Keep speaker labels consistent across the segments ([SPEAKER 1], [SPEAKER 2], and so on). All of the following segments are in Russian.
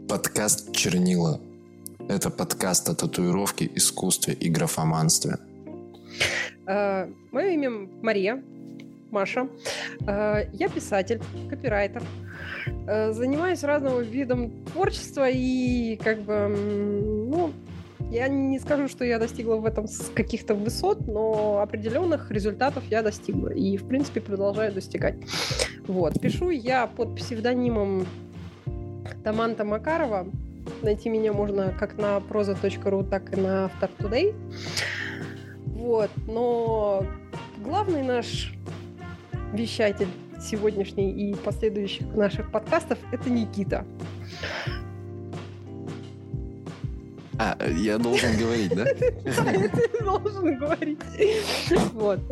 [SPEAKER 1] Подкаст «Чернила». Это подкаст о татуировке, искусстве и графоманстве.
[SPEAKER 2] Мое имя Мария, Маша. Я писатель, копирайтер. Занимаюсь разного видом творчества и я не скажу, что я достигла в этом каких-то высот, но определенных результатов я достигла и, в принципе, продолжаю достигать. Вот. Пишу я под псевдонимом Таманта Макарова. Найти меня можно как на proza.ru, так и на After Today. Вот. Но главный наш вещатель сегодняшний и последующих наших подкастов — это Никита.
[SPEAKER 1] Я должен говорить, да?
[SPEAKER 2] Да, ты должен говорить. Вот.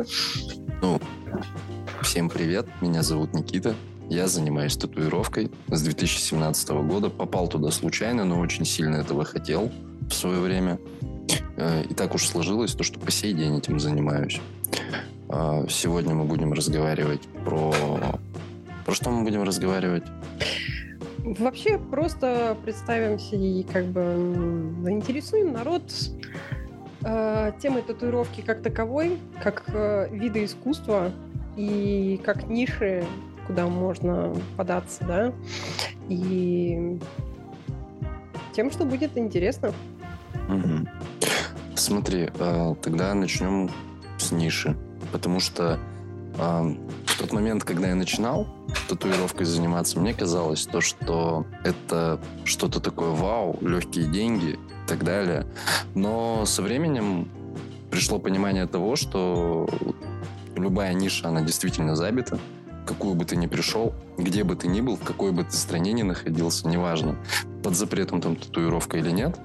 [SPEAKER 1] Всем привет, меня зовут Никита. Я занимаюсь татуировкой с 2017 года. Попал туда случайно, но очень сильно этого хотел в свое время. И так уж сложилось, что по сей день этим занимаюсь. Сегодня мы будем разговаривать про... Про что мы будем разговаривать?
[SPEAKER 2] Вообще просто представимся и заинтересуем народ темой татуировки как таковой, как вида искусства и как ниши, куда можно податься, да, и тем, что будет интересно.
[SPEAKER 1] Угу. Смотри, тогда начнем с ниши, потому что в тот момент, когда я начинал татуировкой заниматься, мне казалось что это что-то такое вау, легкие деньги и так далее. Но со временем пришло понимание того, что любая ниша, она действительно забита. Какую бы ты ни пришел, где бы ты ни был, в какой бы ты стране ни находился, неважно, под запретом там татуировка или нет,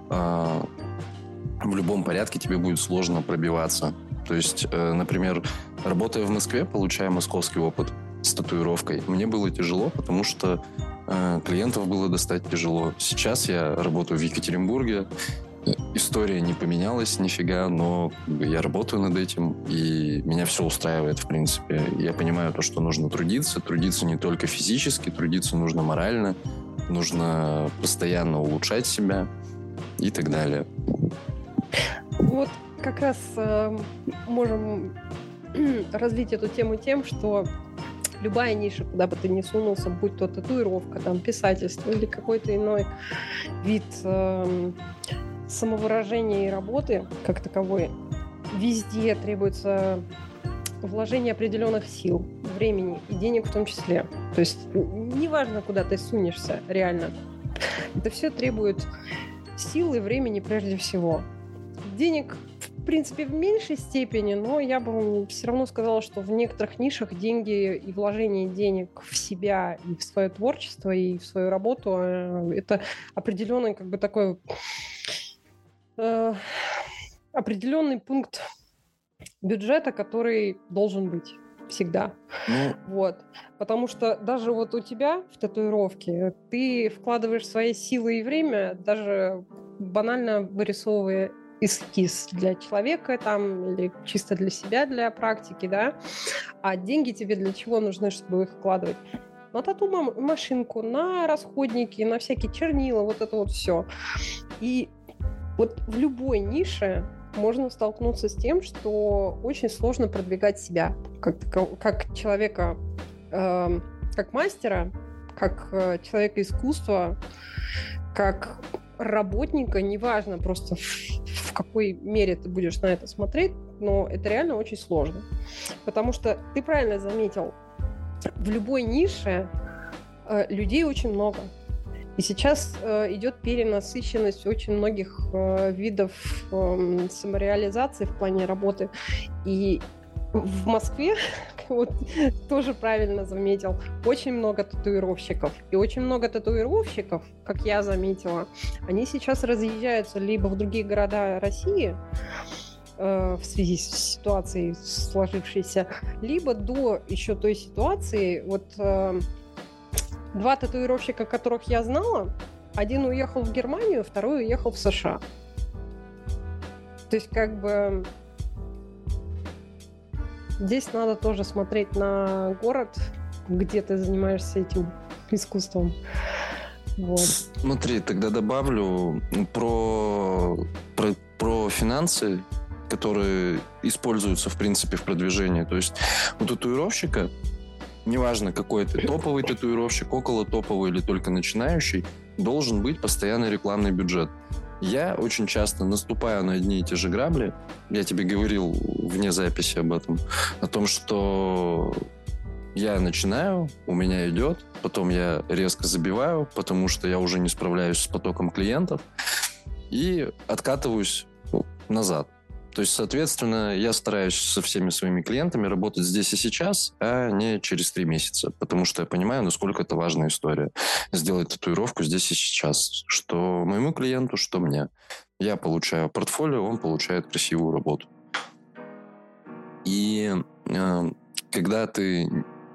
[SPEAKER 1] в любом порядке тебе будет сложно пробиваться. То есть, например, работая в Москве, получая московский опыт с татуировкой, мне было тяжело, потому что клиентов было достать тяжело. Сейчас я работаю в Екатеринбурге, история не поменялась нифига, но я работаю над этим, и меня все устраивает, в принципе. Я понимаю то, что нужно трудиться не только физически, трудиться нужно морально, нужно постоянно улучшать себя и так далее.
[SPEAKER 2] Вот как раз можем развить эту тему тем, что любая ниша, куда бы ты ни сунулся, будь то татуировка, там, писательство или какой-то иной вид самовыражения и работы как таковой, везде требуется вложение определенных сил, времени и денег в том числе. То есть неважно, куда ты сунешься, реально. Это все требует сил и времени прежде всего. Денег, в принципе, в меньшей степени, но я бы все равно сказала, что в некоторых нишах деньги и вложение денег в себя и в свое творчество, и в свою работу — это определенный такой определенный пункт бюджета, который должен быть всегда. Вот. Потому что даже вот у тебя в татуировке ты вкладываешь свои силы и время, даже банально вырисовывая эскиз для человека там, или чисто для себя, для практики, да, а деньги тебе для чего нужны, чтобы их вкладывать? На тату-машинку, на расходники, на всякие чернила, вот это вот все. И вот в любой нише можно столкнуться с тем, что очень сложно продвигать себя как человека, как мастера, как человека искусства, как работника, неважно просто в какой мере ты будешь на это смотреть, но это реально очень сложно. Потому что ты правильно заметил, в любой нише людей очень много. И сейчас идет перенасыщенность очень многих видов самореализации в плане работы. И в Москве, вот тоже правильно заметил, очень много татуировщиков. И очень много татуировщиков, как я заметила, они сейчас разъезжаются либо в другие города России в связи с ситуацией сложившейся, либо до еще той ситуации, два татуировщика, которых я знала, один уехал в Германию, второй уехал в США. То есть здесь надо тоже смотреть на город, где ты занимаешься этим искусством. Вот.
[SPEAKER 1] Смотри, тогда добавлю про финансы, которые используются, в принципе, в продвижении. То есть у татуировщика, неважно, какой ты, топовый татуировщик, около топовый или только начинающий, должен быть постоянный рекламный бюджет. Я очень часто наступаю на одни и те же грабли. Я тебе говорил вне записи об этом. О том, что я начинаю, у меня идет, потом я резко забиваю, потому что я уже не справляюсь с потоком клиентов и откатываюсь назад. То есть, соответственно, я стараюсь со всеми своими клиентами работать здесь и сейчас, а не через 3 месяца, потому что я понимаю, насколько это важная история. Сделать татуировку здесь и сейчас, что моему клиенту, что мне. Я получаю портфолио, он получает красивую работу. И когда ты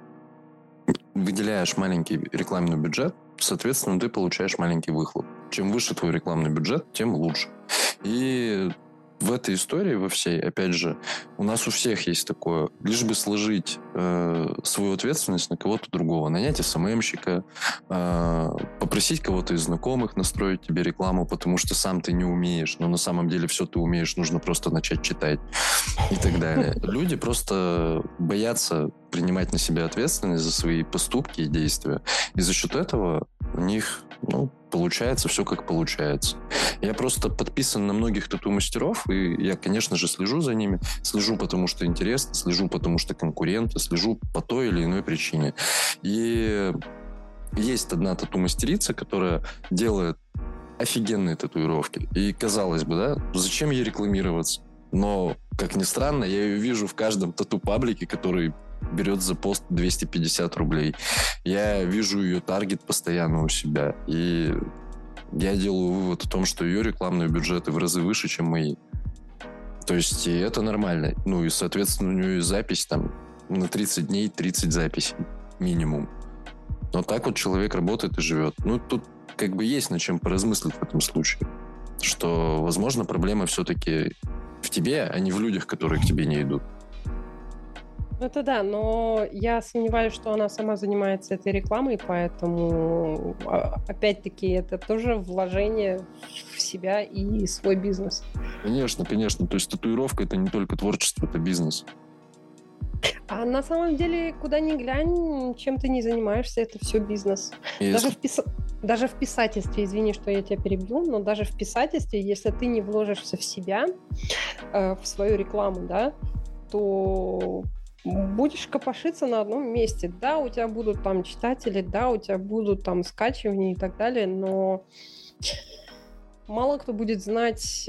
[SPEAKER 1] выделяешь маленький рекламный бюджет, соответственно, ты получаешь маленький выхлоп. Чем выше твой рекламный бюджет, тем лучше. И в этой истории, во всей, опять же, у нас у всех есть такое, лишь бы сложить свою ответственность на кого-то другого, нанять СММщика, попросить кого-то из знакомых настроить тебе рекламу, потому что сам ты не умеешь, но на самом деле все ты умеешь, нужно просто начать читать и так далее. Люди просто боятся принимать на себя ответственность за свои поступки и действия, и за счет этого у них, получается все как получается. Я просто подписан на многих тату-мастеров, и я, конечно же, слежу за ними. Слежу, потому что интересно, слежу, потому что конкуренты, слежу по той или иной причине. И есть одна тату-мастерица, которая делает офигенные татуировки. И, казалось бы, да, зачем ей рекламироваться? Но, как ни странно, я ее вижу в каждом тату-паблике, который берет за пост 250 рублей. Я вижу ее таргет постоянно у себя. И я делаю вывод о том, что ее рекламные бюджеты в разы выше, чем мои. То есть и это нормально. И, соответственно, у нее и запись там на 30 дней 30 записей минимум. Но так вот человек работает и живет. Тут как бы есть над чем поразмыслить в этом случае. Что, возможно, проблема все-таки в тебе, а не в людях, которые к тебе не идут.
[SPEAKER 2] Это да, но я сомневаюсь, что она сама занимается этой рекламой, поэтому, опять-таки, это тоже вложение в себя и свой бизнес.
[SPEAKER 1] Конечно. То есть татуировка — это не только творчество, это бизнес.
[SPEAKER 2] А на самом деле, куда ни глянь, чем ты не занимаешься, это все бизнес. Даже в писательстве, извини, что я тебя перебью, но даже в писательстве, если ты не вложишься в себя, в свою рекламу, да, то будешь копошиться на одном месте. Да, у тебя будут там читатели, да, у тебя будут там скачивания и так далее, но мало кто будет знать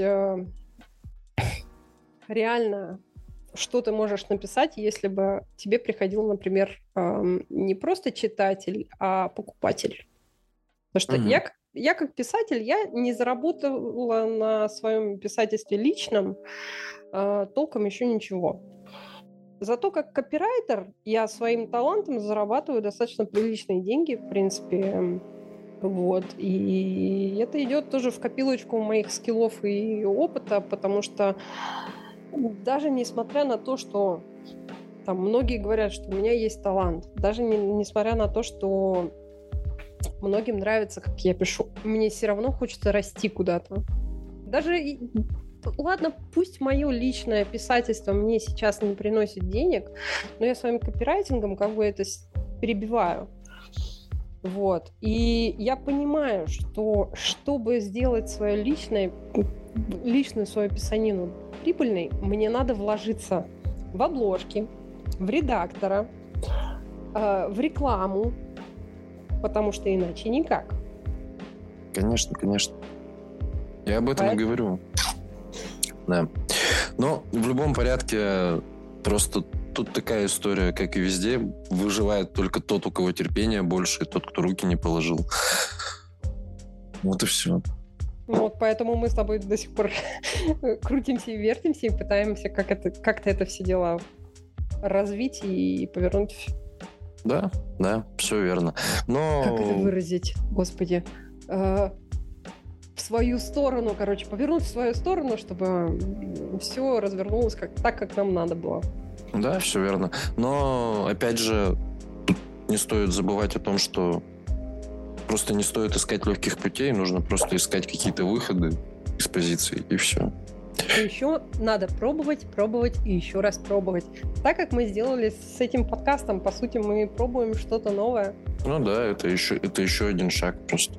[SPEAKER 2] реально, что ты можешь написать, если бы тебе приходил, например, не просто читатель, а покупатель. Потому что я как писатель, я не заработала на своем писательстве личном толком еще ничего. Зато как копирайтер я своим талантом зарабатываю достаточно приличные деньги, в принципе. Вот. И это идет тоже в копилочку моих скиллов и опыта, потому что даже несмотря на то, что там многие говорят, что у меня есть талант, даже несмотря на то, что многим нравится, как я пишу, мне все равно хочется расти куда-то. Даже ладно, пусть мое личное писательство мне сейчас не приносит денег, но я своим копирайтингом как бы это перебиваю. Вот. И я понимаю, что чтобы сделать свою личную свою писанину прибыльной, мне надо вложиться в обложки, в редактора, в рекламу, потому что иначе никак.
[SPEAKER 1] Конечно. Я об этом и говорю. Да. Но в любом порядке просто тут такая история, как и везде. Выживает только тот, у кого терпения больше, и тот, кто руки не положил. Вот и все.
[SPEAKER 2] Вот поэтому мы с тобой до сих пор крутимся и вертимся и пытаемся как-то это все дела развить и повернуть.
[SPEAKER 1] Да, все верно. Но...
[SPEAKER 2] Как это выразить, господи? В свою сторону, повернуть в свою сторону, чтобы все развернулось так, как нам надо было.
[SPEAKER 1] Да, все верно. Но, опять же, тут не стоит забывать о том, что просто не стоит искать легких путей, нужно просто искать какие-то выходы из позиции, и все.
[SPEAKER 2] И еще надо пробовать и еще раз пробовать. Так как мы сделали с этим подкастом, по сути, мы пробуем что-то новое.
[SPEAKER 1] Ну да, это еще один шаг просто.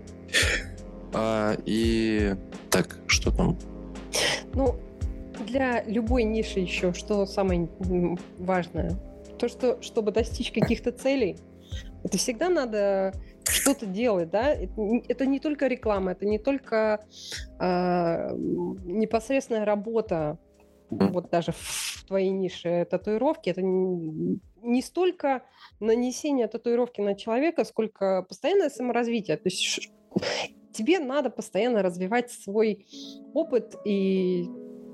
[SPEAKER 1] И так, что там?
[SPEAKER 2] Ну, для любой ниши еще, что самое важное, то, что, чтобы достичь каких-то целей, это всегда надо что-то делать, да? Это не только реклама, это не только непосредственная работа, вот даже в твоей нише татуировки, это не столько нанесение татуировки на человека, сколько постоянное саморазвитие. То есть тебе надо постоянно развивать свой опыт и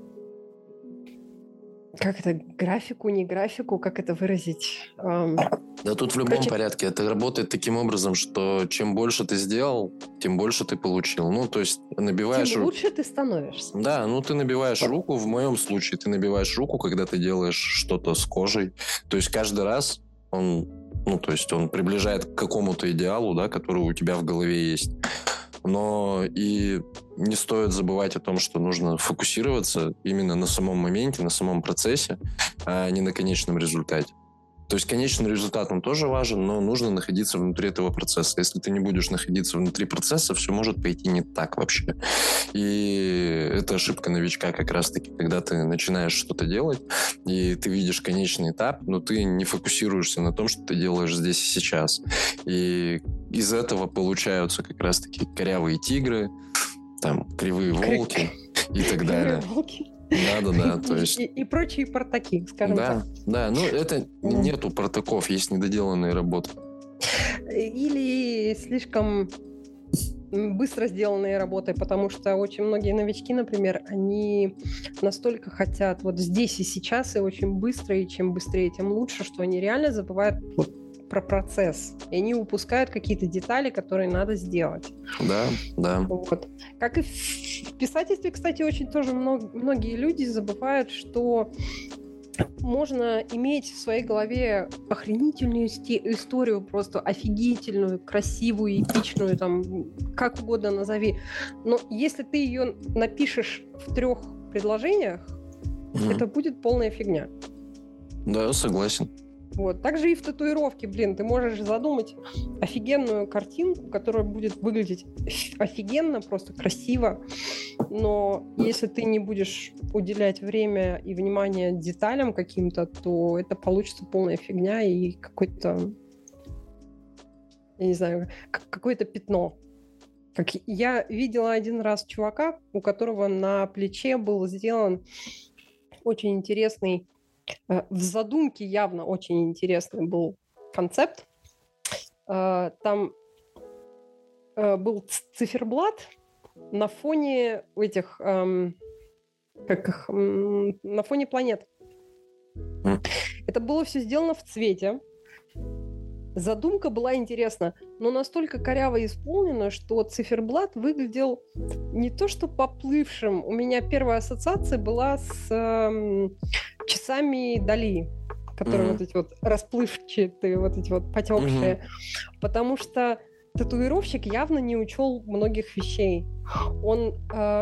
[SPEAKER 2] как это, графику, не графику, как это выразить?
[SPEAKER 1] Да тут в любом порядке. Это работает таким образом, что чем больше ты сделал, тем больше ты получил. Ну, то есть набиваешь...
[SPEAKER 2] Тем лучше ты становишься.
[SPEAKER 1] Да, ну ты набиваешь руку, в моем случае ты набиваешь руку, когда ты делаешь что-то с кожей. То есть каждый раз он приближает к какому-то идеалу, да, который у тебя в голове есть. Но и не стоит забывать о том, что нужно фокусироваться именно на самом моменте, на самом процессе, а не на конечном результате. То есть конечный результат, он тоже важен, но нужно находиться внутри этого процесса. Если ты не будешь находиться внутри процесса, все может пойти не так вообще. И это ошибка новичка как раз-таки, когда ты начинаешь что-то делать, и ты видишь конечный этап, но ты не фокусируешься на том, что ты делаешь здесь и сейчас. И из этого получаются как раз-таки корявые тигры, там, кривые волки и так далее. Да, то есть...
[SPEAKER 2] И прочие портаки, скажем так.
[SPEAKER 1] Да, ну это нету портаков, есть недоделанные работы.
[SPEAKER 2] Или слишком быстро сделанные работы, потому что очень многие новички, например, они настолько хотят вот здесь и сейчас, и очень быстро, и чем быстрее, тем лучше, что они реально забывают про процесс, и они упускают какие-то детали, которые надо сделать.
[SPEAKER 1] Да.
[SPEAKER 2] Вот. Как и в писательстве, кстати, очень тоже многие люди забывают, что можно иметь в своей голове охренительную историю, просто офигительную, красивую, эпичную, там, как угодно назови. Но если ты ее напишешь в 3 предложениях, это будет полная фигня.
[SPEAKER 1] Да, согласен.
[SPEAKER 2] Вот. Также и в татуировке, ты можешь задумать офигенную картинку, которая будет выглядеть офигенно, просто красиво, но если ты не будешь уделять время и внимание деталям каким-то, то это получится полная фигня и какой-то, я не знаю, какое-то пятно. Как я видела один раз чувака, у которого на плече был сделан очень интересный, в задумке явно очень интересный был концепт. Там был циферблат на фоне этих, на фоне планет. Это было все сделано в цвете. Задумка была интересна, но настолько коряво исполнена, что циферблат выглядел не то что поплывшим. У меня первая ассоциация была с часами Дали, которые вот эти вот расплывчатые, вот эти вот потекшие. Потому что татуировщик явно не учел многих вещей. Он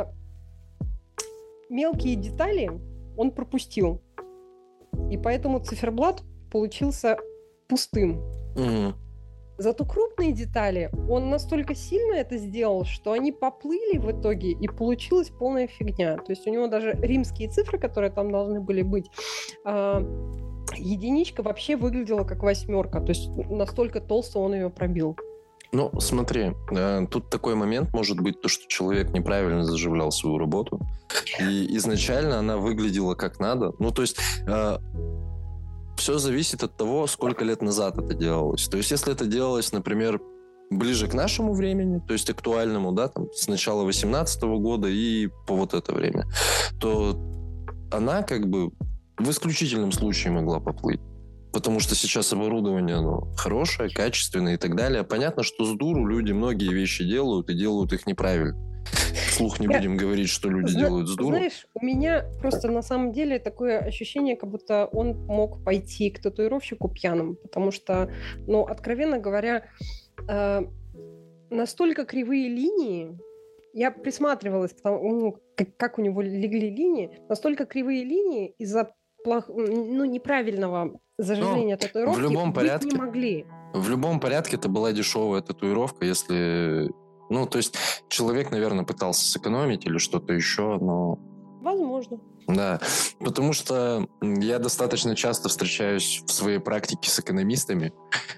[SPEAKER 2] мелкие детали он пропустил. И поэтому циферблат получился пустым. Зато крупные детали, он настолько сильно это сделал, что они поплыли в итоге, и получилась полная фигня. То есть у него даже римские цифры, которые там должны были быть, единичка вообще выглядела как 8. То есть настолько толсто он ее пробил.
[SPEAKER 1] Ну, смотри, тут такой момент может быть, то, что человек неправильно заживлял свою работу, и изначально она выглядела как надо. Ну, то есть... Все зависит от того, сколько лет назад это делалось. То есть, если это делалось, например, ближе к нашему времени, то есть актуальному, да, там, с начала 2018 года и по вот это время, то она как бы в исключительном случае могла поплыть. Потому что сейчас оборудование, оно хорошее, качественное и так далее. Понятно, что с дуру люди многие вещи делают и делают их неправильно. Вслух не будем говорить, что люди делают с дуру.
[SPEAKER 2] Знаешь, у меня просто на самом деле такое ощущение, как будто он мог пойти к татуировщику пьяным, потому что, ну, откровенно говоря, настолько кривые линии, я присматривалась к тому, как у него легли линии, настолько кривые линии из-за неправильного заживления татуировки
[SPEAKER 1] в любом
[SPEAKER 2] быть
[SPEAKER 1] порядке,
[SPEAKER 2] не могли.
[SPEAKER 1] В любом порядке это была дешевая татуировка, если... Ну, то есть человек, наверное, пытался сэкономить или что-то еще, но...
[SPEAKER 2] Возможно.
[SPEAKER 1] Да, потому что я достаточно часто встречаюсь в своей практике с экономистами.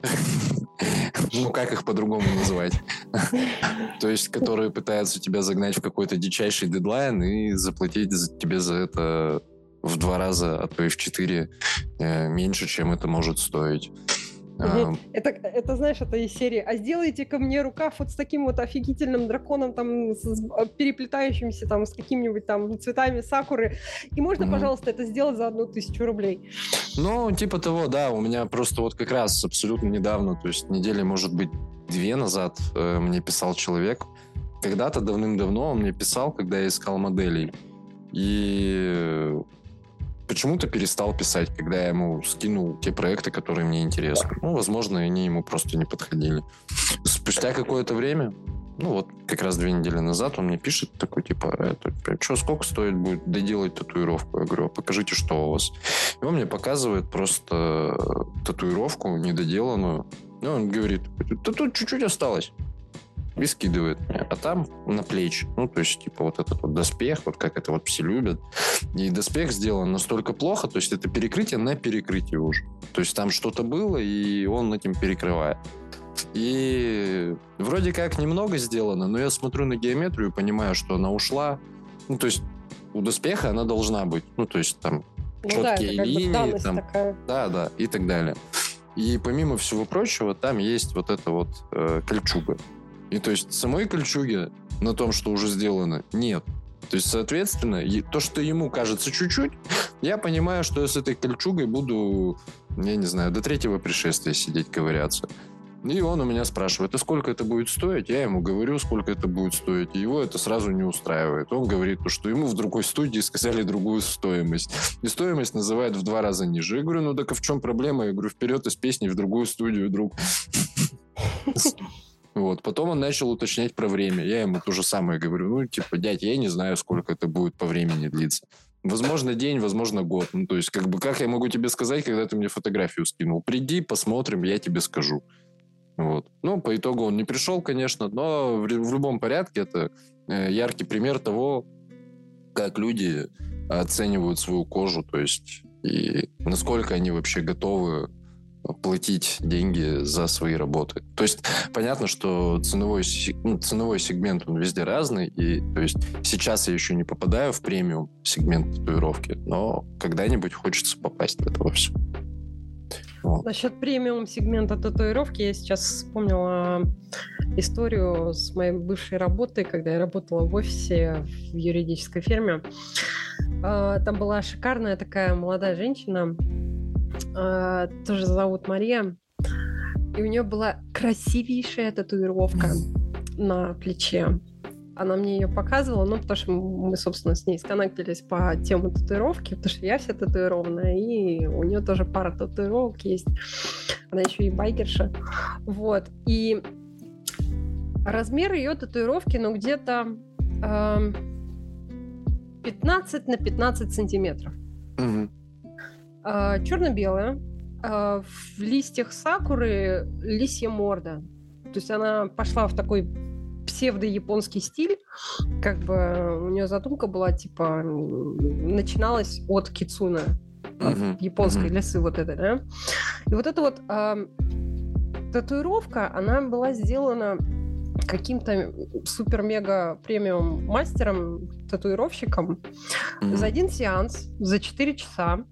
[SPEAKER 1] Ну, как их по-другому называть? То есть, которые пытаются тебя загнать в какой-то дичайший дедлайн и заплатить тебе за это в 2 раза, а то и в 4 меньше, чем это может стоить.
[SPEAKER 2] Это, знаешь, это из серии «А сделайте ко мне рукав вот с таким вот офигительным драконом, там, переплетающимся там с какими-нибудь там цветами сакуры, и можно, пожалуйста, это сделать за 1000 рублей».
[SPEAKER 1] Ну, типа того, да. У меня просто вот как раз абсолютно недавно, то есть недели, может быть, 2 назад мне писал человек. Когда-то давным-давно он мне писал, когда я искал моделей. И... почему-то перестал писать, когда я ему скинул те проекты, которые мне интересны. Ну, возможно, они ему просто не подходили. Спустя какое-то время, ну вот как раз 2 недели назад, он мне пишет такой, типа, что, сколько стоит будет доделать татуировку? Я говорю, покажите, что у вас. И он мне показывает просто татуировку недоделанную. И он говорит, да тут чуть-чуть осталось. И скидывает мне. А там на плечи. Ну, то есть, типа, вот этот вот доспех, вот как это вот все любят. И доспех сделан настолько плохо, то есть это перекрытие на перекрытие уже. То есть там что-то было, и он этим перекрывает. И вроде как немного сделано, но я смотрю на геометрию и понимаю, что она ушла. Ну, то есть у доспеха она должна быть. Ну, то есть там четкие линии. Там, да, и так далее. И помимо всего прочего, там есть вот эта вот кольчуга. И то есть самой кольчуги на том, что уже сделано, нет. То есть, соответственно, то, что ему кажется чуть-чуть, я понимаю, что я с этой кольчугой буду, я не знаю, до 3-го пришествия сидеть, ковыряться. И он у меня спрашивает, а сколько это будет стоить? Я ему говорю, сколько это будет стоить. И его это сразу не устраивает. Он говорит, что ему в другой студии сказали другую стоимость. И стоимость называют в 2 раза ниже. Я говорю, ну так а в чем проблема? Я говорю, вперед из песни в другую студию, друг. Вот. Потом он начал уточнять про время. Я ему то же самое говорю. Ну, типа, дядь, я не знаю, сколько это будет по времени длиться. Возможно, день, возможно, год. Ну, то есть, как я могу тебе сказать, когда ты мне фотографию скинул? Приди, посмотрим, я тебе скажу. Вот. Ну, по итогу он не пришел, конечно, но в любом порядке это яркий пример того, как люди оценивают свою кожу, то есть, и насколько они вообще готовы платить деньги за свои работы. То есть понятно, что ценовой сегмент, он везде разный, и то есть сейчас я еще не попадаю в премиум сегмент татуировки, но когда-нибудь хочется попасть в это все.
[SPEAKER 2] Вот. Насчет премиум сегмента татуировки я сейчас вспомнила историю с моей бывшей работой, когда я работала в офисе в юридической фирме. Там была шикарная такая молодая женщина, тоже зовут Мария, и у нее была красивейшая татуировка на плече. Она мне ее показывала, ну, потому что мы, собственно, с ней сконнектились по тему татуировки, потому что я вся татуированная, и у нее тоже пара татуировок есть. Она еще и байкерша. Вот. И размер ее татуировки, ну, где-то 15 на 15 сантиметров. Черно-белая. В листьях сакуры лисья морда. То есть она пошла в такой псевдо-японский стиль. Как бы у нее задумка была, типа, начиналась от кицуна, от японской лисы вот этой, да? И вот эта вот татуировка, она была сделана каким-то супер-мега-премиум мастером, татуировщиком за 1 сеанс, за 4 часа.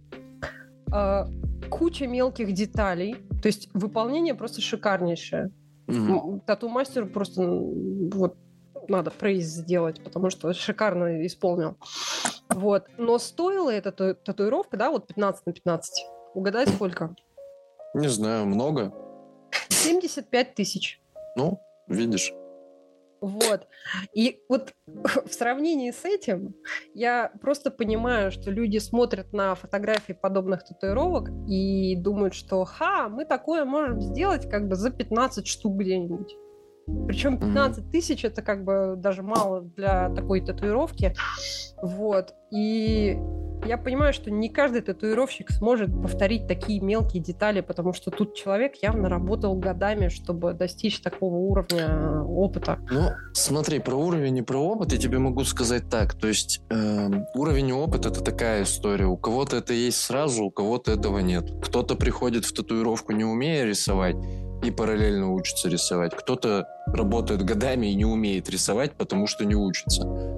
[SPEAKER 2] Куча мелких деталей. То есть выполнение просто шикарнейшее. Тату-мастеру просто вот надо прейз сделать, потому что шикарно исполнил. Вот. Но стоила эта татуировка, да, вот 15 на 15. Угадай, сколько?
[SPEAKER 1] Не знаю, много.
[SPEAKER 2] 75 тысяч.
[SPEAKER 1] Ну, видишь.
[SPEAKER 2] Вот. И вот в сравнении с этим я просто понимаю, что люди смотрят на фотографии подобных татуировок и думают, что мы такое можем сделать как бы за 15 штук где-нибудь. Причем 15 тысяч это как бы даже мало для такой татуировки. Вот. И я понимаю, что не каждый татуировщик сможет повторить такие мелкие детали, потому что тут человек явно работал годами, чтобы достичь такого уровня опыта.
[SPEAKER 1] Ну, смотри, про уровень и про опыт я тебе могу сказать так. То есть уровень и опыт — это такая история. У кого-то это есть сразу, у кого-то этого нет. Кто-то приходит в татуировку, не умея рисовать, и параллельно учится рисовать. Кто-то работает годами и не умеет рисовать, потому что не учится.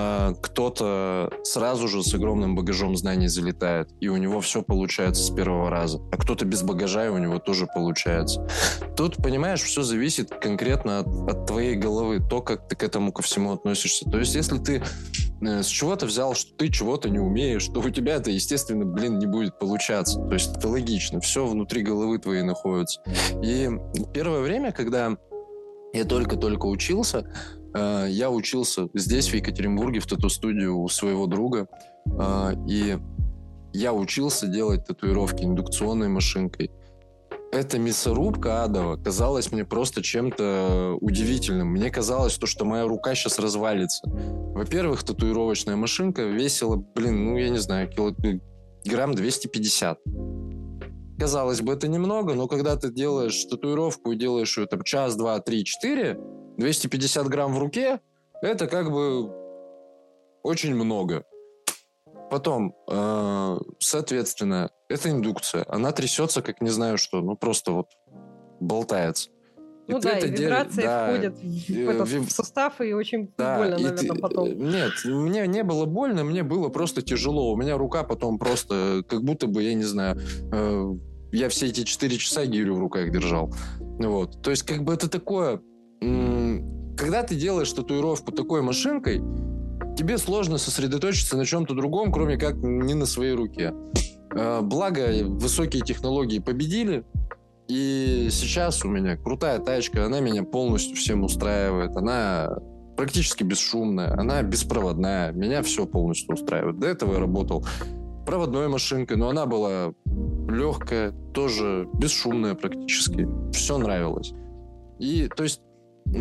[SPEAKER 1] Кто-то сразу же с огромным багажом знаний залетает, и у него все получается с первого раза. А кто-то без багажа, и у него тоже получается. Тут, понимаешь, все зависит конкретно от твоей головы, то, как ты к этому ко всему относишься. То есть, если ты с чего-то взял, что ты чего-то не умеешь, то у тебя это, естественно, не будет получаться. То есть это логично. Все внутри головы твоей находится. И первое время, когда я только-только учился, я учился здесь, в Екатеринбурге, в тату-студию у своего друга. И я учился делать татуировки индукционной машинкой. Эта мясорубка адова казалась мне просто чем-то удивительным. Мне казалось, что моя рука сейчас развалится. Во-первых, татуировочная машинка весила, я не знаю, килограмм 250. Казалось бы, это немного, но когда ты делаешь татуировку и делаешь ее там час, два, три, 4, 250 грамм в руке, это как бы очень много. Потом, соответственно, это индукция. Она трясется, как не знаю что, просто вот болтается.
[SPEAKER 2] И вибрации входят в состав, и очень больно, наверное, потом.
[SPEAKER 1] Нет, мне не было больно, мне было просто тяжело. У меня рука потом просто, как будто бы, я не знаю, я все эти 4 часа гирю в руках держал. Вот. То есть, как бы это такое... Когда ты делаешь татуировку такой машинкой, тебе сложно сосредоточиться на чем-то другом, кроме как не на своей руке. Благо, высокие технологии победили, и сейчас у меня крутая тачка, она меня полностью всем устраивает, она практически бесшумная, она беспроводная, меня все полностью устраивает. До этого я работал проводной машинкой, но она была легкая, тоже бесшумная практически, все нравилось. И, то есть,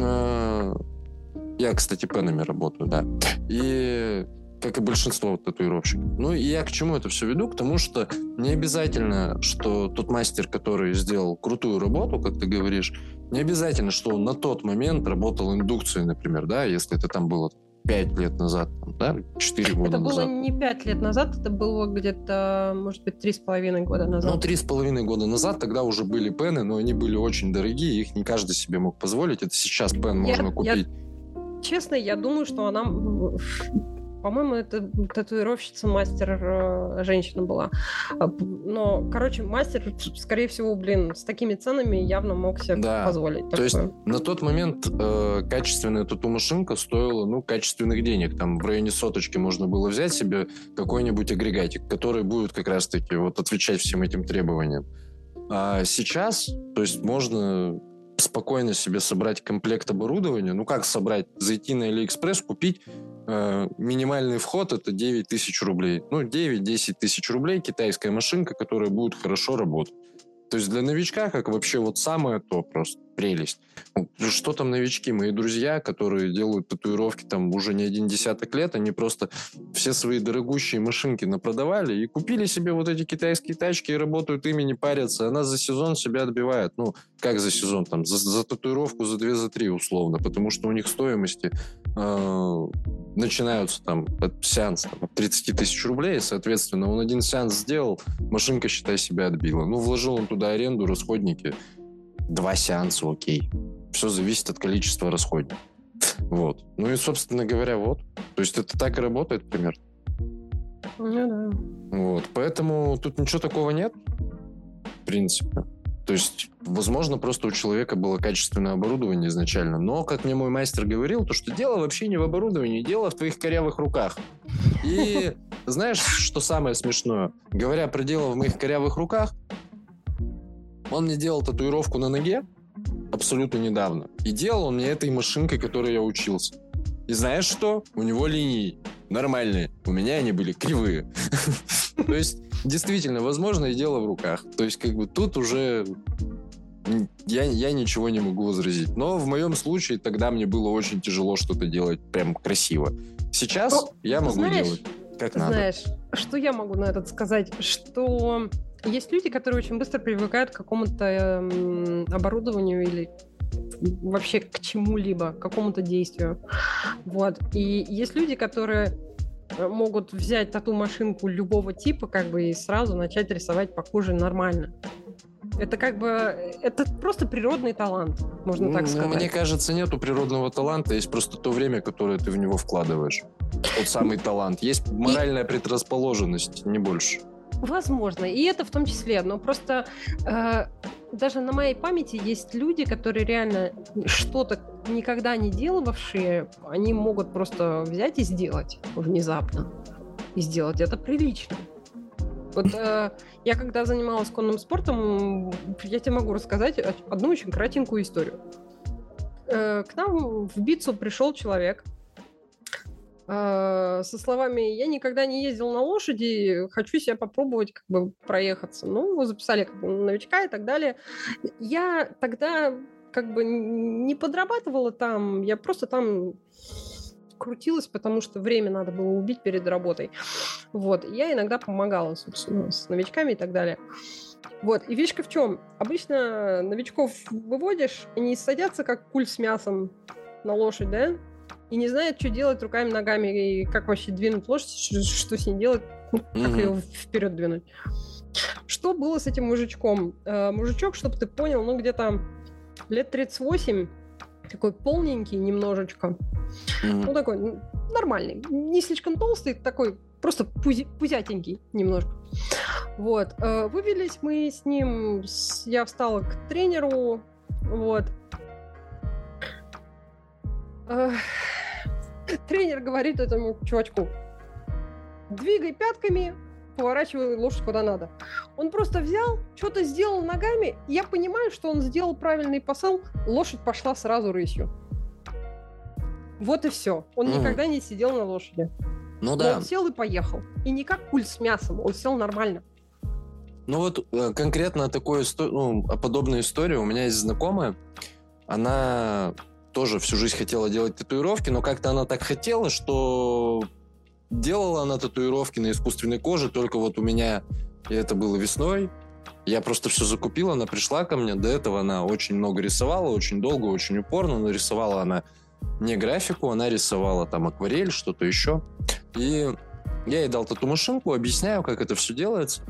[SPEAKER 1] я, кстати, пенами работаю, да. И как и большинство татуировщиков. И я к чему это все веду? К тому, что не обязательно, что тот мастер, который сделал крутую работу, как ты говоришь, не обязательно, что он на тот момент работал индукцией, например, да, если это там было 5 лет назад, 4 года назад.
[SPEAKER 2] Это было не 5 лет назад, это было где-то, может быть, 3,5 года назад.
[SPEAKER 1] 3,5 года назад тогда уже были пены, но они были очень дорогие, их не каждый себе мог позволить. Это сейчас пен можно купить.
[SPEAKER 2] Честно, я думаю, что она... По-моему, это татуировщица-мастер женщина была. Но, мастер, скорее всего, с такими ценами явно мог себе позволить.
[SPEAKER 1] То есть на тот момент качественная тату-машинка стоила, качественных денег. Там в районе соточки можно было взять себе какой-нибудь агрегатик, который будет как раз-таки отвечать всем этим требованиям. А сейчас, то есть можно спокойно себе собрать комплект оборудования. Как собрать? Зайти на AliExpress, купить минимальный вход — это 9 тысяч рублей. 9-10 тысяч рублей китайская машинка, которая будет хорошо работать. То есть для новичка, как вообще самое то, просто прелесть. Что там новички? Мои друзья, которые делают татуировки там уже не 1 десяток лет, они просто все свои дорогущие машинки напродавали и купили себе эти китайские тачки и работают ими, не парятся. Она за сезон себя отбивает. Как за сезон? Там, за татуировку за 2, за 3 условно, потому что у них стоимости начинаются там от сеанса от 30 тысяч рублей, соответственно, он 1 сеанс сделал, машинка, считай, себя отбила. Вложил он туда аренду, расходники, 2 сеанса, окей. Все зависит от количества расходников. И, собственно говоря, То есть это так и работает примерно.
[SPEAKER 2] Да.
[SPEAKER 1] Поэтому тут ничего такого нет, в принципе. То есть, возможно, просто у человека было качественное оборудование изначально. Но, как мне мой мастер говорил, то что дело вообще не в оборудовании, дело в твоих корявых руках. И знаешь, что самое смешное? Говоря про дело в моих корявых руках, он мне делал татуировку на ноге абсолютно недавно. И делал он мне этой машинкой, которой я учился. И знаешь что? У него линии нормальные. У меня они были кривые. То есть, действительно, возможно, и дело в руках. То есть, тут уже я ничего не могу возразить. Но в моем случае тогда мне было очень тяжело что-то делать прям красиво. Сейчас я могу делать как надо.
[SPEAKER 2] Знаешь, что я могу на это сказать? Что есть люди, которые очень быстро привыкают к какому-то оборудованию или вообще к чему-либо, к какому-то действию. Вот. И есть люди, которые могут взять тату-машинку любого типа, как бы, и сразу начать рисовать по коже нормально. Это как бы... Это просто природный талант, можно так сказать.
[SPEAKER 1] Мне кажется, нету природного таланта, есть просто то время, которое ты в него вкладываешь. Тот самый талант. Есть моральная предрасположенность, не больше.
[SPEAKER 2] Возможно, и это в том числе, но просто даже на моей памяти есть люди, которые реально что-то никогда не делавшие, они могут просто взять и сделать внезапно. И сделать это прилично. Вот я когда занималась конным спортом, я тебе могу рассказать одну очень кратенькую историю. К нам в Бицу пришел человек со словами: я никогда не ездил на лошади, хочу себя попробовать как бы проехаться. Ну, его записали как бы новичка и так далее. Я тогда как бы не подрабатывала там, я просто там крутилась, потому что время надо было убить перед работой. Вот. Я иногда помогала, собственно, с новичками и так далее. Вот. И фишка в чем? Обычно новичков выводишь, они садятся как куль с мясом на лошадь, да? И не знают, что делать руками, ногами, и как вообще двинуть лошадь, что с ней делать, как ее вперед двинуть. Что было с этим мужичком? Мужичок, чтобы ты понял, ну где-то лет 38, такой полненький немножечко. Ну, такой нормальный. Не слишком толстый, такой просто пузятенький немножко. Вот. Вывелись мы с ним. Я встала к тренеру. Вот. Тренер говорит этому чувачку: двигай пятками, поворачивай лошадь куда надо. Он просто взял, что-то сделал ногами, и я понимаю, что он сделал правильный посыл, лошадь пошла сразу рысью. Вот и все. Он никогда не сидел на лошади.
[SPEAKER 1] Ну да.
[SPEAKER 2] Он сел и поехал. И не как куль с мясом, он сел нормально.
[SPEAKER 1] Ну вот конкретно подобная история. У меня есть знакомая, она тоже всю жизнь хотела делать татуировки, но как-то она так хотела, что делала она татуировки на искусственной коже, только вот у меня, и это было весной, я просто все закупил, она пришла ко мне, до этого она очень много рисовала, очень долго, очень упорно, но рисовала она не графику, она рисовала там акварель, что-то еще. И я ей дал тату-машинку, объясняю, как это все делается.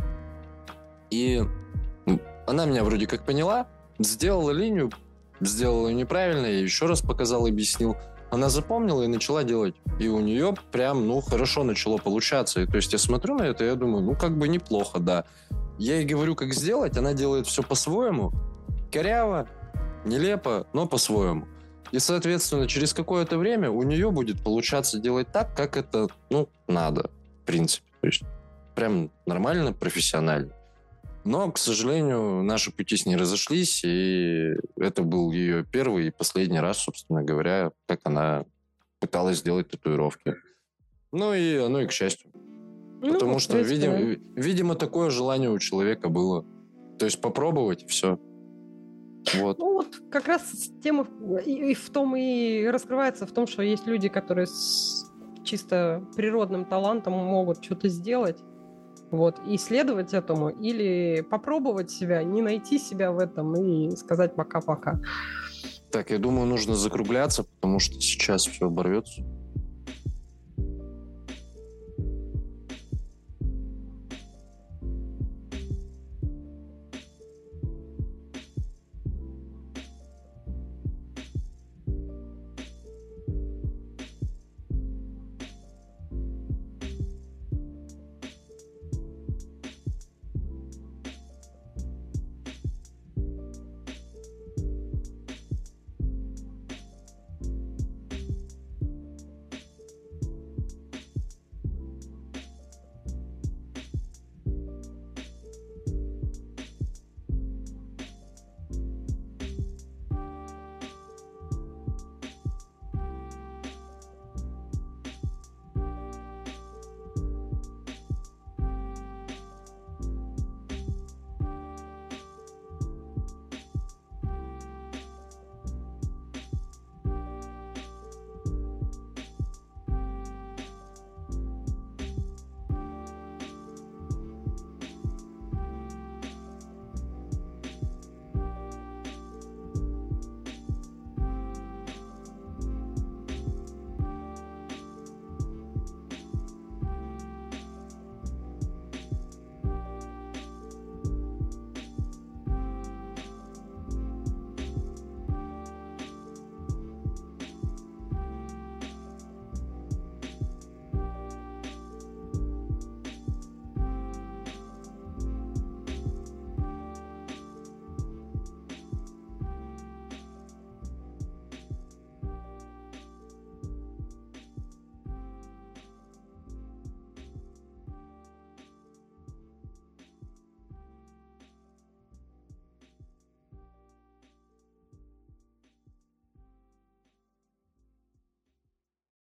[SPEAKER 1] И она меня вроде как поняла, сделала линию, сделала ее неправильно, я еще раз показал, объяснил. Она запомнила и начала делать. И у нее прям, хорошо начало получаться. И то есть я смотрю на это, и я думаю, как бы неплохо, да. Я ей говорю, как сделать, она делает все по-своему. Коряво, нелепо, но по-своему. И, соответственно, через какое-то время у нее будет получаться делать так, как это, надо, в принципе. То есть прям нормально, профессионально. Но, к сожалению, наши пути с ней разошлись, и это был ее первый и последний раз, собственно говоря, как она пыталась сделать татуировки. Ну и оно и к счастью. Потому что, видимо, такое желание у человека было. То есть попробовать, все. Вот.
[SPEAKER 2] Ну вот как раз тема и в том и раскрывается, в том, что есть люди, которые с чисто природным талантом могут что-то сделать, вот, и следовать этому, или попробовать себя, не найти себя в этом и сказать пока-пока.
[SPEAKER 1] Так, я думаю, нужно закругляться, потому что сейчас все оборвется.